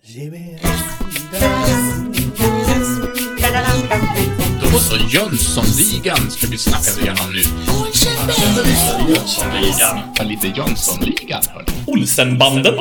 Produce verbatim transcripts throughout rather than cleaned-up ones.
Då så, Jönssonligan ska vi snacka igenom nu. Jönssonligan. För lite Jönssonligan, hörni. Olsenbanden.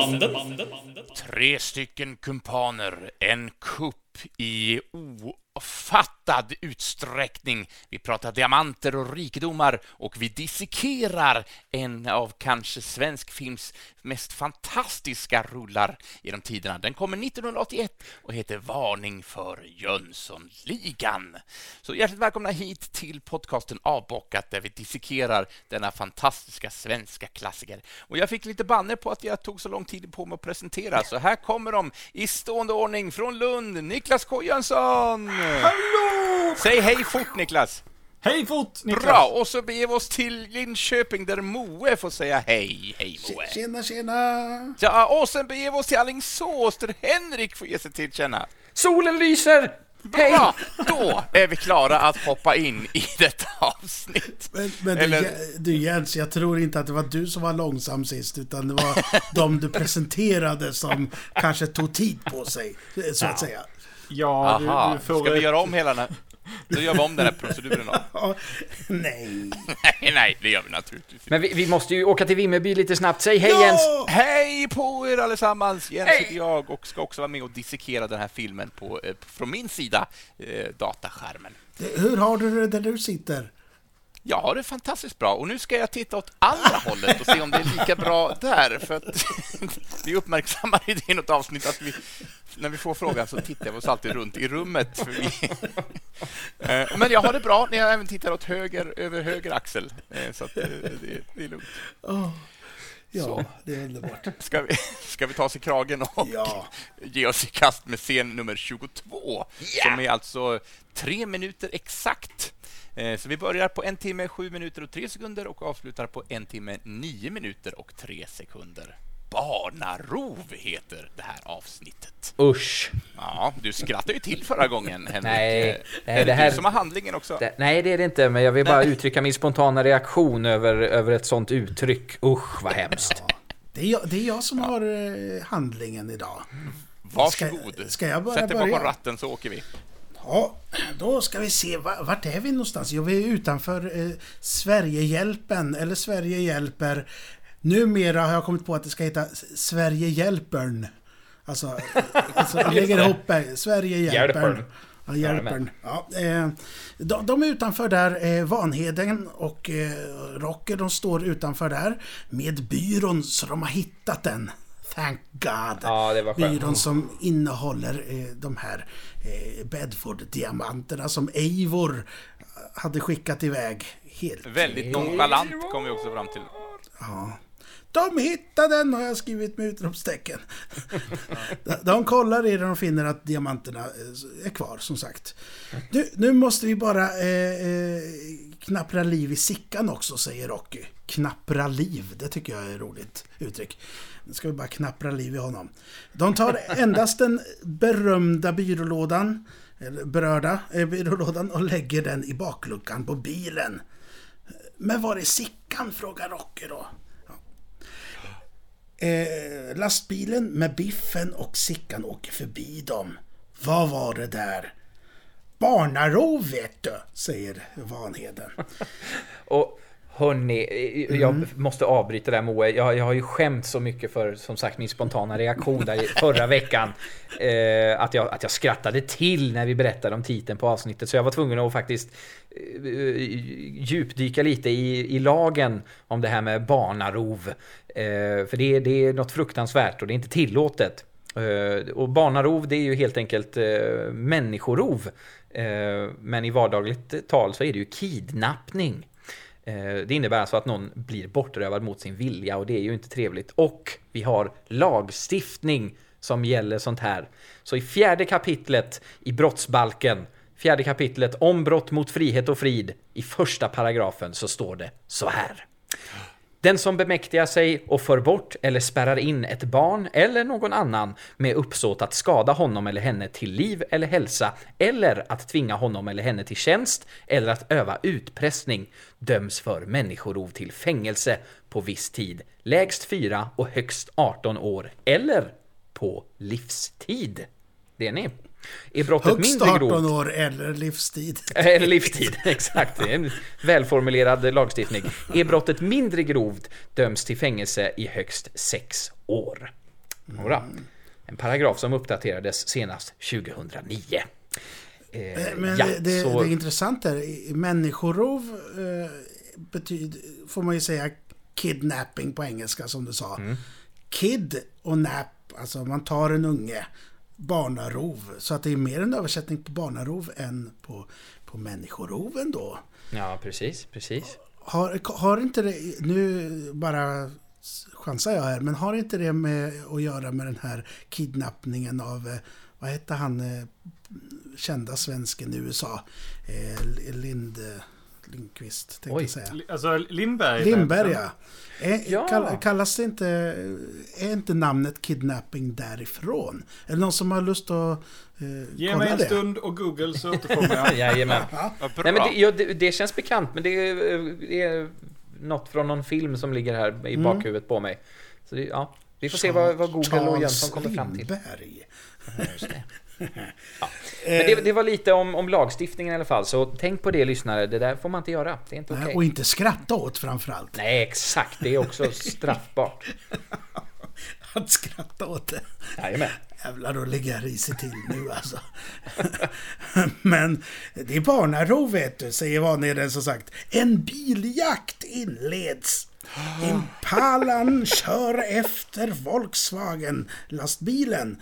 Tre stycken kumpaner, en kupp i ofattad utsträckning. Vi pratar diamanter och rikedomar och vi dissekerar en av kanske svensk films mest fantastiska rullar genom tiderna. Den kommer nittonhundraåttioett och heter Varning för Jönssonligan. Så hjärtligt välkomna hit till podcasten Avbockat där vi dissekerar denna fantastiska svenska klassiker. Och jag fick lite banner på att jag tog så lång tid på mig att presentera. Så här kommer de i stående ordning från Lund. Niklas K. Jönsson! Hallå! Säg hej fort, Niklas. Hej fort, Niklas. Bra, och så beger vi oss till Linköping där Moe får säga hej. Hej, Moe. Tjena, tjena. Ja, och sen beger vi oss till Alingsås där Henrik får ge sig till känna. Solen lyser! Bra, då är vi klara att hoppa in i detta avsnitt. Men, men Eller... du, du Jens, jag tror inte att det var du som var långsam sist, utan det var de du presenterade som kanske tog tid på sig, så att säga. Ja, du, Aha, du får ska vi ett... göra om hela den här? Då gör vi om den här proceduren då. Nej. nej, nej, det gör vi naturligtvis. Men vi, vi måste ju åka till Vimmerby lite snabbt. Säg hej, Ja! Jens! Hej på er allesammans! Jens Hej! heter jag och ska också vara med och dissekera den här filmen på, eh, från min sida, eh, dataskärmen. Hur har du det där du sitter? Jag har det fantastiskt bra och nu ska jag titta åt andra hållet och se om det är lika bra där, för att vi uppmärksammar i det något avsnitt att vi, när vi får frågan så tittar vi oss alltid runt i rummet för vi... men jag har det bra när jag även tittar åt höger, över höger axel, så att det, det är lugnt. Oh, ja, så. Det är underbart. Ska vi, ska vi ta oss i kragen och ja. ge oss i kast med scen nummer tjugotvå, yeah. som är alltså tre minuter exakt. Så vi börjar på en timme, sju minuter och tre sekunder och avslutar på en timme, nio minuter och tre sekunder. Barnarov heter det här avsnittet. Usch. Ja, du skrattade ju till förra gången, Henrik. Nej, är det, det här... du som har handlingen också? Det, nej, det är det inte, men jag vill bara nej. uttrycka min spontana reaktion över, över ett sånt uttryck. Usch, vad hemskt. Ja, det, är jag, det är jag som har eh, handlingen idag. Varsågod. Ska, ska jag bara Sätt dig bakom börja? ratten så åker vi. Ja, då ska vi se, vart är vi någonstans? Jo, vi är utanför eh, Sverigehjälpen, eller Sverige hjälper. Numera har jag kommit på att det ska heta Sverige hjälpern. Alltså, alltså jag lägger ihop eh, Sverige hjälpern. Ja, hjälpern. Ja, eh, de, de är utanför där, eh, Vanheden och eh, Rocker, de står utanför där med byrån så de har hittat den. Thank God. Ja, det var skönt. Byrån som innehåller eh, de här eh, Bedford-diamanterna som Eivor hade skickat iväg. Helt väldigt nonchalant kom vi också fram till. Ja. De hittade den, har jag skrivit med utropstecken. de, de kollar i den och finner att diamanterna är kvar, som sagt. Nu, nu måste vi bara eh, eh, knappra liv i Sickan också, säger Rocky. Knappra liv, det tycker jag är ett roligt uttryck. Nu ska vi bara knappra liv i honom. De tar endast den berömda byrålådan, eller berörda eh, byrålådan, och lägger den i bakluckan på bilen. Men var är Sickan, frågar Rocky då. Ja. Eh, lastbilen med Biffen och Sickan åker förbi dem. Vad var det där? Barnarov, vet du, säger Vanheden. Och hörni, jag mm. måste avbryta där, Moe. Jag, jag har ju skämt så mycket för, som sagt, min spontana reaktion där förra veckan. Eh, att, jag, att jag skrattade till när vi berättade om titeln på avsnittet. Så jag var tvungen att faktiskt eh, djupdyka lite i, i lagen om det här med barnarov. Eh, för det, det är något fruktansvärt och det är inte tillåtet. Eh, och barnarov, det är ju helt enkelt eh, människorov. Eh, men i vardagligt tal så är det ju kidnappning. Det innebär alltså att någon blir bortrövad mot sin vilja och det är ju inte trevligt. Och vi har lagstiftning som gäller sånt här. Så i fjärde kapitlet i brottsbalken, fjärde kapitlet om brott mot frihet och frid, i första paragrafen så står det så här. Den som bemäktigar sig och för bort eller spärrar in ett barn eller någon annan med uppsåt att skada honom eller henne till liv eller hälsa eller att tvinga honom eller henne till tjänst eller att öva utpressning döms för människorov till fängelse på viss tid, lägst fyra och högst arton år eller på på livstid. Det är ni. Är brottet Högst mindre arton grovt... år eller livstid. Eller livstid, exakt. Det är en välformulerad lagstiftning. Är brottet mindre grovt döms till fängelse i högst sex år. Några. En paragraf som uppdaterades senast tjugohundranio. Eh, Men ja, det, det, så... det är intressant här. Människorov eh, betyder, får man ju säga, kidnapping på engelska som du sa. Mm. Kid och nap, alltså man tar en unge. Barnarov. Så att det är mer en översättning på barnarov än på, på människoroven då. Ja, precis, precis. Har, har inte det, nu bara chansar jag här, men har inte det med att göra med den här kidnappningen av, vad heter han, kända svensken i U S A, eh, Lind, Lindqvist, tänkte Oj. jag säga. Alltså Lindberg. Lindberg, ja. Är, Ja. Kall, kallas det inte, är inte namnet kidnapping därifrån? Är det någon som har lust att eh, Ge kolla mig en det? stund och Google så återkommer jag. Jajamän. Vad bra. Nej, men det, ja, det, det känns bekant, men det är, det är något från någon film som ligger här i bakhuvudet på mig. Så det, ja, vi får se vad, vad Google och Jönsson kommer fram till. Lindberg. Just det. Ja. Men det, det var lite om, om lagstiftningen i alla fall, så tänk på det, lyssnare. Det där får man inte göra. Det är inte okej. Och inte skratta åt framförallt. Nej, exakt. Det är också straffbart. Att skratta åt det. Jajamän. Jävlar, då ligger jag risigt till nu alltså. Men det är barnarov, vet du, säger Vanheden som sagt. En biljakt inleds. Impalan kör efter Volkswagen-lastbilen.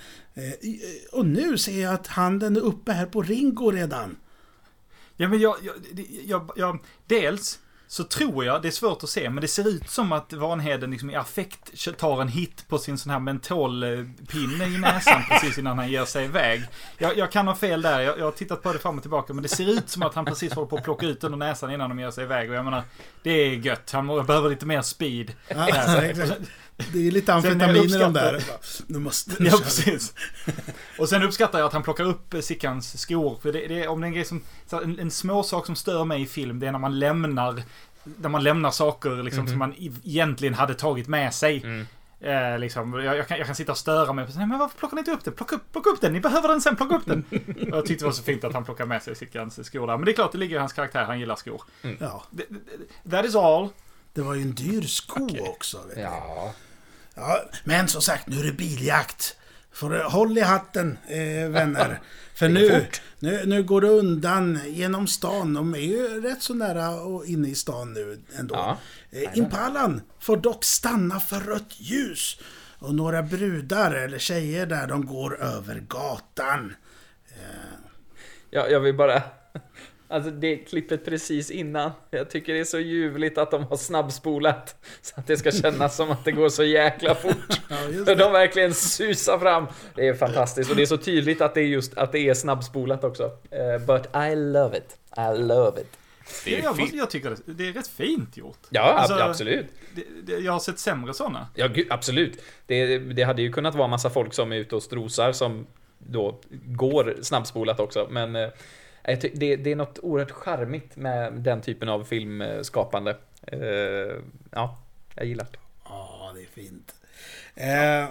Och nu ser jag att handen är uppe här på Ringo redan. Ja, men jag, jag, jag, jag, dels så tror jag, det är svårt att se, men det ser ut som att Vanheden liksom i affekt tar en hit på sin sån här mentolpinne i näsan precis innan han ger sig iväg. Jag, jag kan ha fel där, jag, jag har tittat på det fram och tillbaka, men det ser ut som att han precis håller på att plocka ut den ur näsan innan de ger sig iväg. Och jag menar, det är gött, han behöver lite mer speed. Ja, det är lite amfetamin i de där. Nu måste Ja, precis. Och sen uppskattar jag att han plockar upp Sickans skor. För det, det är om det är en grej som, en, en små sak som stör mig i film, det är när man lämnar när man lämnar saker liksom, mm-hmm. som man egentligen hade tagit med sig. Mm. Eh, liksom, jag, jag, kan, jag kan sitta och störa mig. Men varför plockar ni inte upp den? Plocka upp, plocka upp den, ni behöver den sen, plocka upp den. Och jag tyckte det var så fint att han plockar med sig Sickans skor där. Men det är klart, det ligger i hans karaktär, han gillar skor. Mm. Ja. That is all. Det var ju en dyr sko okay. också. Vet ja. Ja, men som sagt, nu är det biljakt. För håll i hatten, eh, vänner. För nu, nu, nu går det undan genom stan. De är ju rätt så nära och inne i stan nu ändå. Ja. Eh, Impalan får dock stanna för rött ljus. Och några brudar eller tjejer där, de går över gatan. Eh. Ja, jag vill bara... Alltså det klippet precis innan. Jag tycker det är så ljuvligt att de har snabbspolat. Så att det ska kännas som att det går så jäkla fort. Ja, för de verkligen susar fram. Det är fantastiskt. Och det är så tydligt att det är just att det är snabbspolat också. Uh, but I love it. I love it. Det är jag, jag tycker det, det är rätt fint gjort. Ja, alltså, absolut. Det, det, jag har sett sämre sådana. Ja, absolut. Det, det hade ju kunnat vara massa folk som är ute och strosar som då går snabbspolat också. Men... Det, det är något oerhört charmigt med den typen av filmskapande. Uh, ja, jag gillar det. Ja, det är fint. Eh,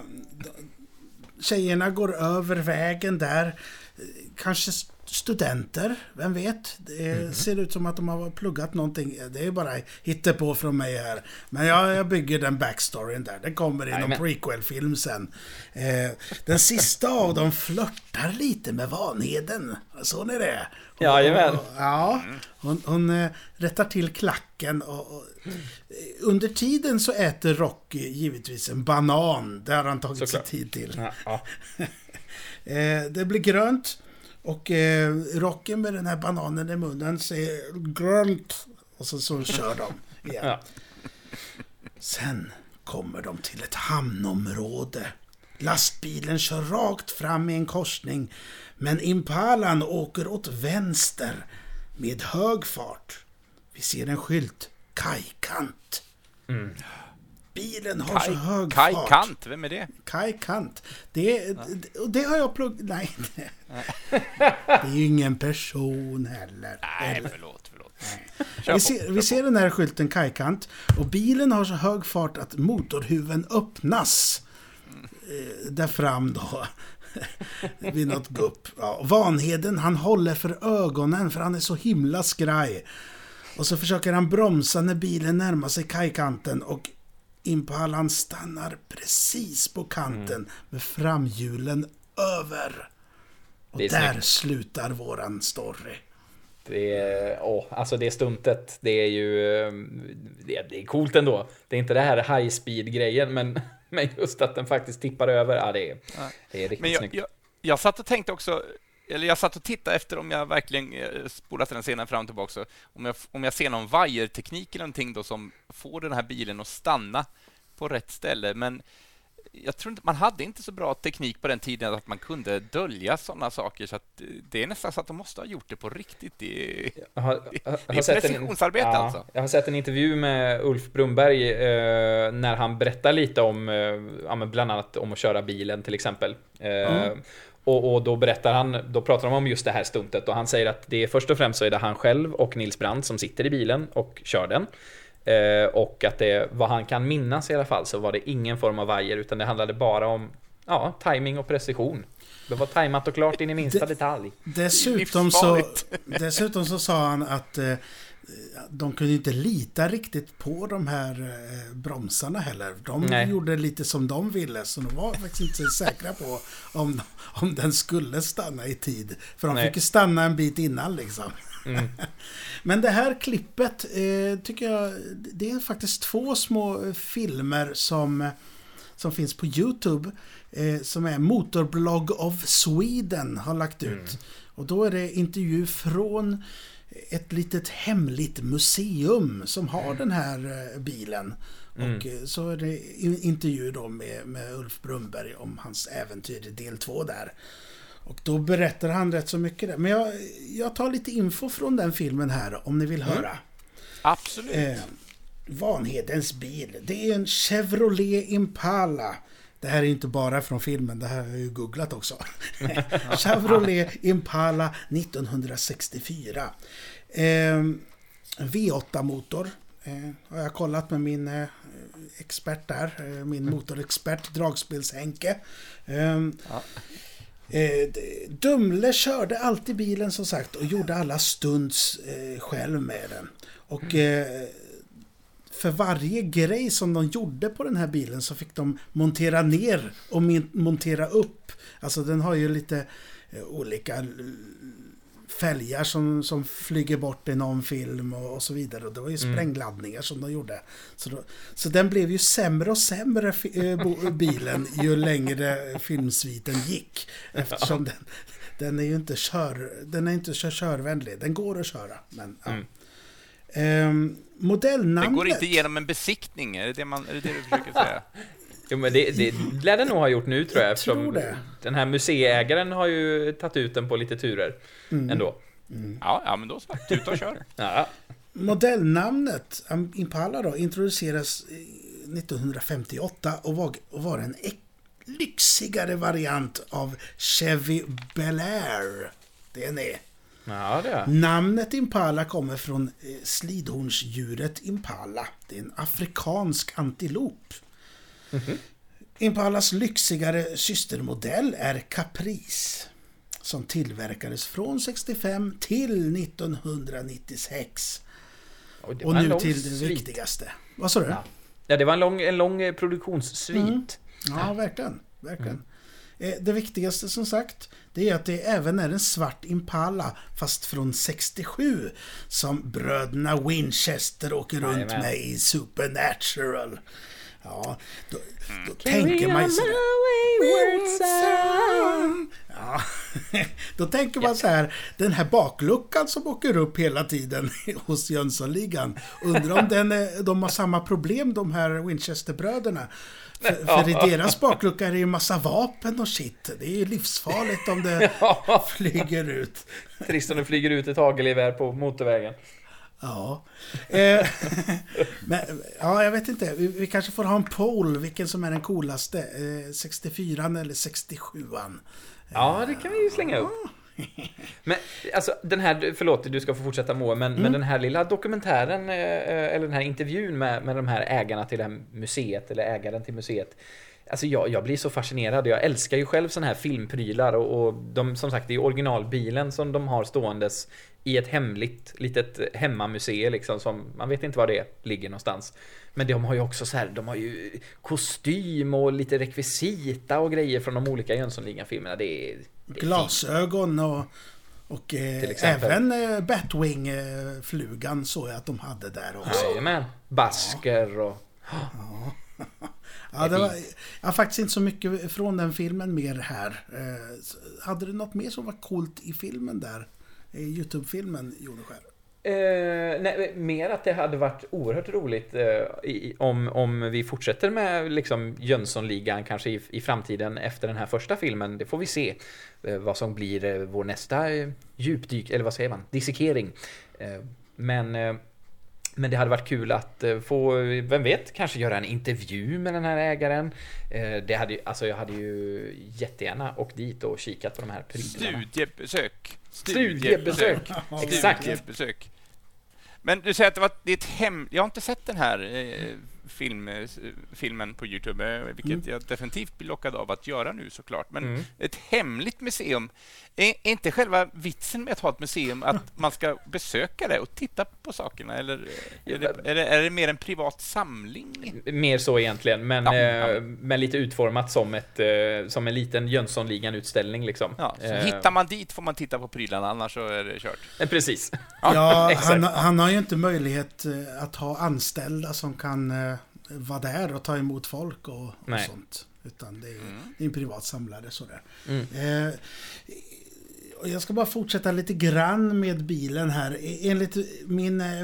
tjejerna går över vägen där. Kanske studenter, vem vet? Det mm. ser ut som att de har pluggat någonting. Det är bara hittepå från mig här. Men jag, jag bygger den backstoryn där. Det kommer i någon prequel-film sen. Eh, den sista av dem flörtar lite med Vanheden. Så är det. Och, Jajamän. och, ja, hon, hon äh, rättar till klacken och, och under tiden så äter Rocky givetvis en banan. Det har han tagit sig tid till. Ja, ja. eh, det blir grönt och eh, Rocky med den här bananen i munnen säger grönt och så, så kör de igen. Ja. Sen kommer de till ett hamnområde. Lastbilen kör rakt fram i en korsning, men Impalan åker åt vänster med hög fart. Vi ser en skylt, kajkant. Mm. Bilen har Kaj, så hög Kaj fart. Kant, vem är det? Kajkant. Det, det, det har jag pluggat... Nej. Det är ju ingen person heller. Nej, eller? förlåt, förlåt. Vi ser, vi ser den här skylten kajkant och bilen har så hög fart att motorhuven öppnas. eh, där fram då vid något gupp. Ja, Vanheden, han håller för ögonen för han är så himla skraj. Och så försöker han bromsa när bilen närmar sig kajkanten och Impalan stannar precis på kanten mm. med framhjulen över. Och där snyggt. Slutar våran story. Det är, åh, alltså det stuntet, det är ju det är, det är coolt ändå. Det är inte det här high speed grejen, men, men just att den faktiskt tippar över, ja, det är, det är riktigt men jag, snyggt. Jag, jag satt och tänkte också, eller jag satt och tittade efter om jag verkligen spolat den scenen fram och tillbaka. Om jag, om jag ser någon vajerteknik eller någonting då som får den här bilen att stanna på rätt ställe, men jag tror inte, man hade inte så bra teknik på den tiden att man kunde dölja sådana saker, så att det är nästan så att de måste ha gjort det på riktigt. Det är, jag har, jag har det är sett precisionsarbete en, ja, alltså. Jag har sett en intervju med Ulf Brumberg eh, när han berättar lite om eh, ja, men bland annat om att köra bilen till exempel. Eh, mm. och, och då berättar han, då pratar de om just det här stuntet och han säger att det är först och främst så är det han själv och Nils Brandt som sitter i bilen och kör den. Eh, och att det, vad han kan minnas i alla fall, så var det ingen form av vajer, utan det handlade bara om ja, timing och precision. Det var tajmat och klart in i minsta det, detalj. Dessutom så, dessutom så sa han att eh, de kunde inte lita riktigt på de här eh, bromsarna heller. De Nej. gjorde lite som de ville, så de var faktiskt inte så säkra på om, om den skulle stanna i tid. För de Nej. fick ju stanna en bit innan liksom. Mm. Men det här klippet eh, tycker jag, det är faktiskt två små filmer som, som finns på YouTube eh, som är Motorblog of Sweden har lagt ut. Mm. Och då är det intervju från ett litet hemligt museum som har mm. den här eh, bilen. Mm. Och eh, så är det intervju då med, med Ulf Brumberg om hans äventyr i del två där. Och då berättar han rätt så mycket där. Men jag, jag tar lite info från den filmen här om ni vill höra. Mm. Absolut. Eh, Vanhedens bil. Det är en Chevrolet Impala. Det här är inte bara från filmen, det här har jag ju googlat också. Chevrolet Impala nittonhundrasextiofyra. Eh, V åtta-motor. Eh, har jag kollat med min eh, expert där. Eh, min motorexpert, Dragspels-Henke. Eh, ja. Eh, Dumle körde alltid bilen som sagt och gjorde alla stunts eh, själv med den. Och eh, för varje grej som de gjorde på den här bilen så fick de montera ner och montera upp. Alltså den har ju lite eh, olika fälgar som, som flyger bort i någon film och, och så vidare. Och det var ju sprängladdningar som de gjorde. Så, då, så den blev ju sämre och sämre bilen ju längre filmsviten gick. Eftersom den, den är ju inte kör, den är inte kör, körvänlig. Den går att köra. Men, ja. mm. ehm, modellnamnet... Den går inte igenom en besiktning, är det det, man, är det, det du försöker säga? Jo, men det, det lär den nog ha gjort nu, tror jag. Jag tror det. Den här museiägaren har ju tagit ut den på lite turer mm. ändå. Mm. Ja, ja, men då så. Ut och kör. Ja. Modellnamnet Impala då introduceras nittonhundrafemtioåtta och var, och var en lyxigare variant av Chevy Bel Air. Det är det. Ja, det är. Namnet Impala kommer från slidhornsdjuret Impala. Det är en afrikansk antilop. Mm-hmm. Impalas lyxigare systermodell är Caprice som tillverkades från sextiofem till nittonhundranittiosex. Och, och nu till det svit. viktigaste. Vad sa du? Ja. ja, det var en lång, en lång produktionssvit. Mm. Ja, ja, verkligen. verkligen. Mm. Det viktigaste som sagt, det är att det även är en svart Impala, fast från sextiosju, som bröderna Winchester åker runt Amen. med i Supernatural. Ja, då, då tänker man så ja, då tänker man så här, den här bakluckan som åker upp hela tiden hos Jönssonligan, undrar om den är, de har samma problem, de här Winchester-bröderna. För, för i deras baklucka är det ju massa vapen och shit. Det är ju livsfarligt om det flyger ut. Trist om det flyger ut ett hagelgevär på motorvägen. Ja. Eh, men, ja, jag vet inte. Vi, vi kanske får ha en poll vilken som är den coolaste. Eh, sextiofyran eller sextiosjuan. Ja, det kan vi ju slänga upp. Men alltså den här, förlåt, du ska få fortsätta må, men, mm. men den här lilla dokumentären eller den här intervjun med, med de här ägarna till det här museet, eller ägaren till museet, Alltså jag, jag blir så fascinerad. Jag älskar ju själv såna här filmprylar och, och de, som sagt, det är originalbilen som de har ståendes i ett hemligt litet hemmamuseum liksom, som man vet inte var det ligger någonstans. Men de har ju också så här, de har ju kostym och lite rekvisita och grejer från de olika Jönssonligan-filmerna. Det är, det är glasögon och och eh, även eh, Batwing-flugan såg jag att de hade där också. Jajamän, basker och... Ja. Ja, det var, jag har faktiskt inte så mycket från den filmen mer här. Eh, hade du något mer som var coolt i filmen där? I YouTube-filmen, Joneskär? Eh, nej, mer att det hade varit oerhört roligt eh, i, om, om vi fortsätter med liksom Jönssonligan kanske i, i framtiden efter den här första filmen. Det får vi se eh, vad som blir eh, vår nästa eh, djupdyk, eller vad säger man, dissekering. Eh, men, eh, men det hade varit kul att eh, få, vem vet, kanske göra en intervju med den här ägaren. Eh, det hade, alltså jag hade ju jättegärna åkt dit och kikat på de här prylarna. Studiebesök. Studiebesök. Exakt. Studiebesök. Men du säger att det var det är ett hem. Jag har inte sett den här eh, film, eh, filmen på YouTube, eh, vilket mm. jag definitivt blir lockad av att göra nu såklart. Men mm. ett hemligt museum, är, är inte själva vitsen med att ha ett museum att man ska besöka det och titta på sakerna? Eller är det, är det, är det mer en privat samling? Mer så egentligen, men, ja, eh, ja. men lite utformat som, ett, eh, som en liten Jönssonligan-utställning. Liksom. Ja, så eh. hittar man dit får man titta på prylarna, annars så är det kört. Eh, precis. Ja, ja han, han har ju inte möjlighet att ha anställda som kan uh, vara där och ta emot folk och, och sånt. Utan det är, mm. det är en privat samlare sådär. Mm. Eh, och jag ska bara fortsätta lite grann med bilen här. Enligt min eh,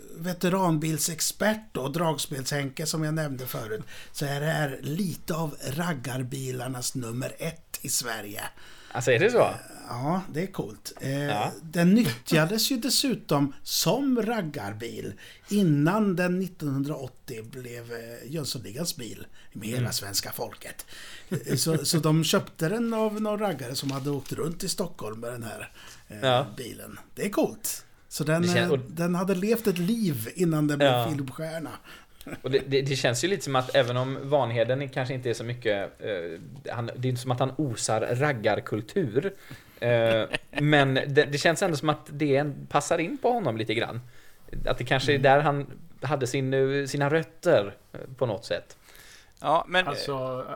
veteranbilsexpert och dragspelshänke som jag nämnde förut, så är det här lite av raggarbilarnas nummer ett i Sverige. Alltså är det så? Ja, det är coolt. Eh, ja. Den nyttjades ju dessutom som raggarbil innan den nittonhundraåttio blev eh, Jönssonligans bil med hela svenska folket. Eh, så, så de köpte den av några raggare som hade åkt runt i Stockholm med den här eh, ja. bilen. Det är coolt. Så den, känns, och, den hade levt ett liv innan den blev ja. filmstjärna. Och det, det, det känns ju lite som att även om Vanheden kanske inte är så mycket eh, han, det är inte som att han osar raggarkultur eh, men det, det känns ändå som att det en, passar in på honom lite grann, att det kanske är där han hade sin, sina rötter på något sätt. Ja, men alltså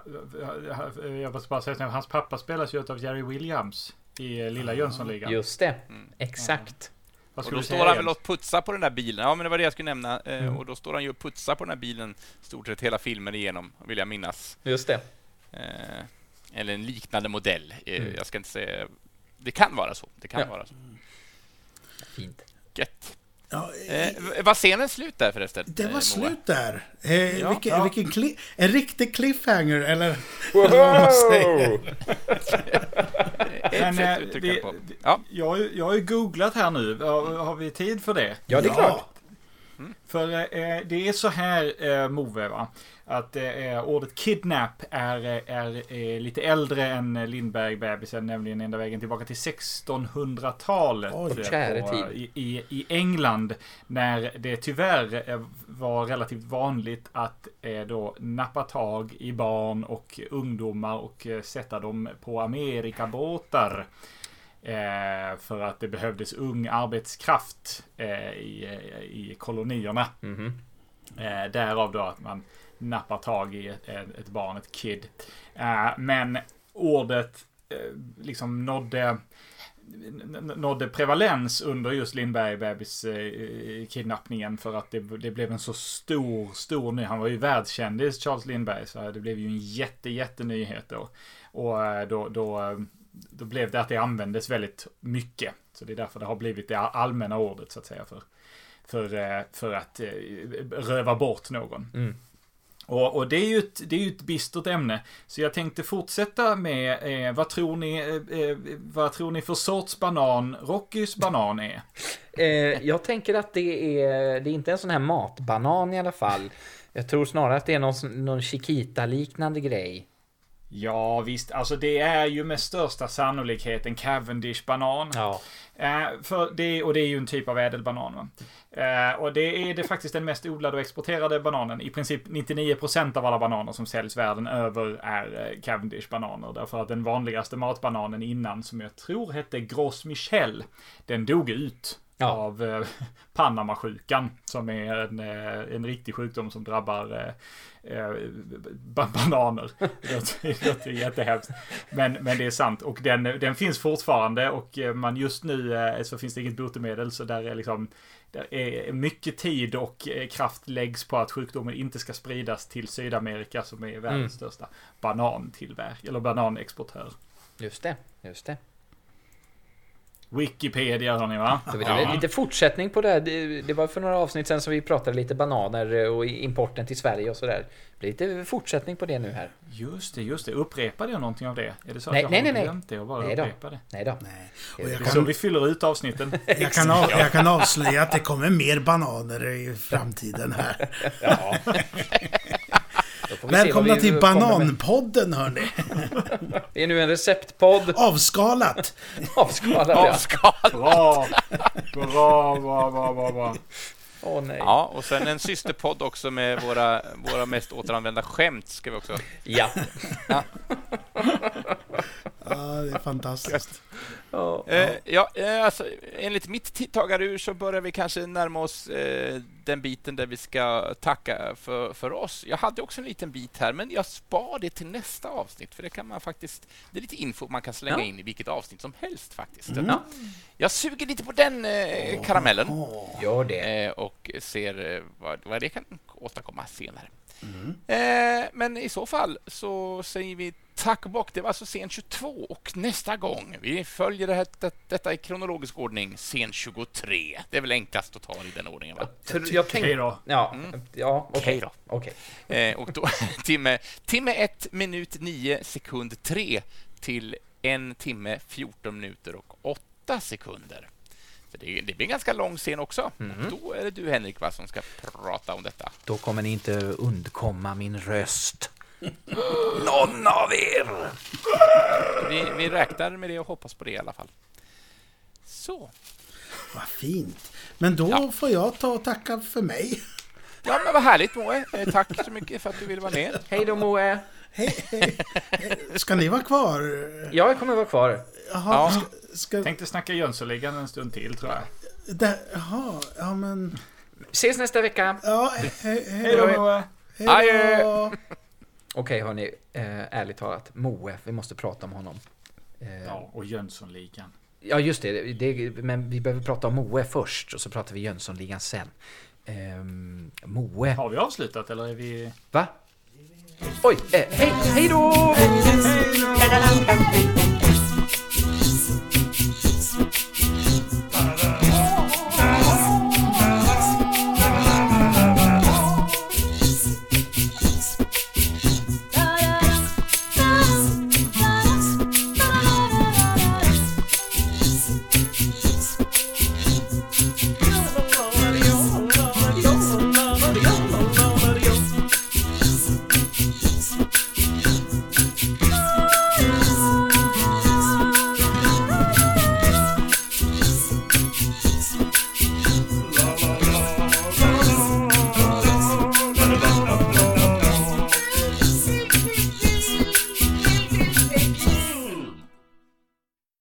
jag måste bara säga att hans pappa spelas ju av Jerry Williams i Lilla Jönssonligan. Just det, exakt. Och då står han väl och putsar på den där bilen. Ja, men det var det jag skulle nämna. Mm. Och då står han ju och putsar på den här bilen stort sett hela filmen igenom, vill jag minnas. Just det. Eh, eller en liknande modell. Eh, mm. Jag ska inte säga... Det kan vara så. Det kan ja. vara så. Fint. Gött. Ja, eh, var scenen slut där förresten? Det var eh, slut där. Eh, ja, vilken, ja. vilken cli- en riktig cliffhanger, eller wow. vad man säger. Men, eh, vi, ja. jag, jag har ju googlat här nu. Har, har vi tid för det? Ja, det är klart. Mm. För eh, det är så här, eh, Move, va? Att eh, ordet kidnap är, är, är lite äldre än Lindbergh-bebisen, nämligen ända vägen tillbaka till sextonhundratalet. Oh, på, i, i, i England, när det tyvärr var relativt vanligt att eh, då nappa tag i barn och ungdomar och eh, sätta dem på Amerikabåtar. Eh, för att det behövdes ung arbetskraft eh, i, i kolonierna. Mm-hmm. Eh, därav då att man nappar tag i ett, ett barn, ett kid. Eh, men ordet eh, liksom nådde, nådde prevalens under just Lindbergh-bebis eh, kidnappningen, för att det, det blev en så stor, stor ny. Han var ju världskändis, Charles Lindbergh, så det blev ju en jätte, jätte nyhet då. Och då, då då blev det att det användes väldigt mycket. Så det är därför det har blivit det allmänna ordet, så att säga, för, för, för att röva bort någon. Mm. Och, och det är ju ett, det är ju ett bistert ämne. Så jag tänkte fortsätta med eh, vad tror ni eh, vad tror ni för sorts banan Rockys banan är? eh, jag tänker att det är det är inte en sån här matbanan i alla fall. Jag tror snarare att det är någon, någon Chiquita-liknande grej. Ja, visst. Alltså det är ju med största sannolikhet en Cavendish-banan. Ja. Eh, för det, och det är ju en typ av ädelbanan. Va? Eh, och det är det faktiskt den mest odlade och exporterade bananen. I princip nittionio procent av alla bananer som säljs världen över är eh, Cavendish-bananer. Därför att den vanligaste matbananen innan, som jag tror hette Gros Michel, den dog ut. Ja. Av eh, Panama-sjukan, som är en, eh, en riktig sjukdom som drabbar eh, eh, bananer. Det låter jättehemskt. Men, men det är sant. Och den, den finns fortfarande, och man just nu eh, så finns det inget botemedel, så där är liksom där är mycket tid och kraft läggs på att sjukdomen inte ska spridas till Sydamerika, som är världens mm. största banantillverk eller bananexportör. Just det, just det. Wikipedia, hörni, va? Så ja. Lite fortsättning på det här. Det, det var för några avsnitt sedan som vi pratade lite bananer och importen till Sverige och sådär. Det blir lite fortsättning på det nu här. Just det, just det. Upprepade jag någonting av det? Är det så nej, att jag nej, har nej, glömt det och bara nej då. upprepa det? Nej då. Nej. Och jag det är kan... så vi fyller ut avsnitten. jag, kan av, jag kan avslöja att det kommer mer bananer i framtiden här. Ja. Välkomna till Bananpodden, hörni. Det är nu en receptpodd. Avskalat. Avskalat, ja. Avskalat. Bra, bra, bra, bra, bra, bra. Åh, nej. Ja, och sen en systerpodd också med våra, våra mest återanvända skämt ska vi också. Ja. Ja. Ja, det är fantastiskt. Ja, eh, ja eh, alltså, enligt mitt tidtagarur så börjar vi kanske närma oss eh, den biten där vi ska tacka för, för oss. Jag hade också en liten bit här, men jag spar det till nästa avsnitt, för det kan man faktiskt, det är lite info man kan slänga ja. in i vilket avsnitt som helst faktiskt. Mm. Ja. Jag suger lite på den eh, karamellen. Gör det. Eh, och ser eh, vad, vad det kan åstadkomma senare. Mm. Eh, men i så fall så säger vi tack och bock. Det var alltså scen tjugotvå, och nästa gång vi följer det här, det, detta i kronologisk ordning, scen tjugotre. Det är väl enklast att ta i den ordningen, va? Jag, jag tänkte då. Ja, mm. ja okej okay. då. Okej. Okay. Eh, och då timme timme ett minut nio sekund tre till en timme fjorton minuter och åtta sekunder. Så det, det blir en ganska lång scen också. Mm. Och då är det du, Henrik, va, som ska prata om detta. Då kommer ni inte undkomma min röst. Någon av er! Vi, vi räknar med det och hoppas på det i alla fall. Så. Vad fint. Men då ja. får jag ta och tacka för mig. Ja, men vad härligt, Moe. Tack så mycket för att du ville vara med. Hej då, Moe. Hej, hej. Ska ni vara kvar? Ja, jag kommer vara kvar. Jaha, ja. ska, ska... Tänkte snacka Jönssonligan en stund till, tror jag. Det, jaha, ja men... Ses nästa vecka. Ja, hej, hej, hej då. Moe. Hej då. Okej, okay, hörni. Eh, ärligt talat. Moe, vi måste prata om honom. Eh, ja, och Jönssonligan. Ja, just det, det. Men vi behöver prata om Moe först, och så pratar vi Jönssonligan sen. Eh, Moe. Har vi avslutat, eller är vi... Va? Oj, eh, hej, hej då! Hej då!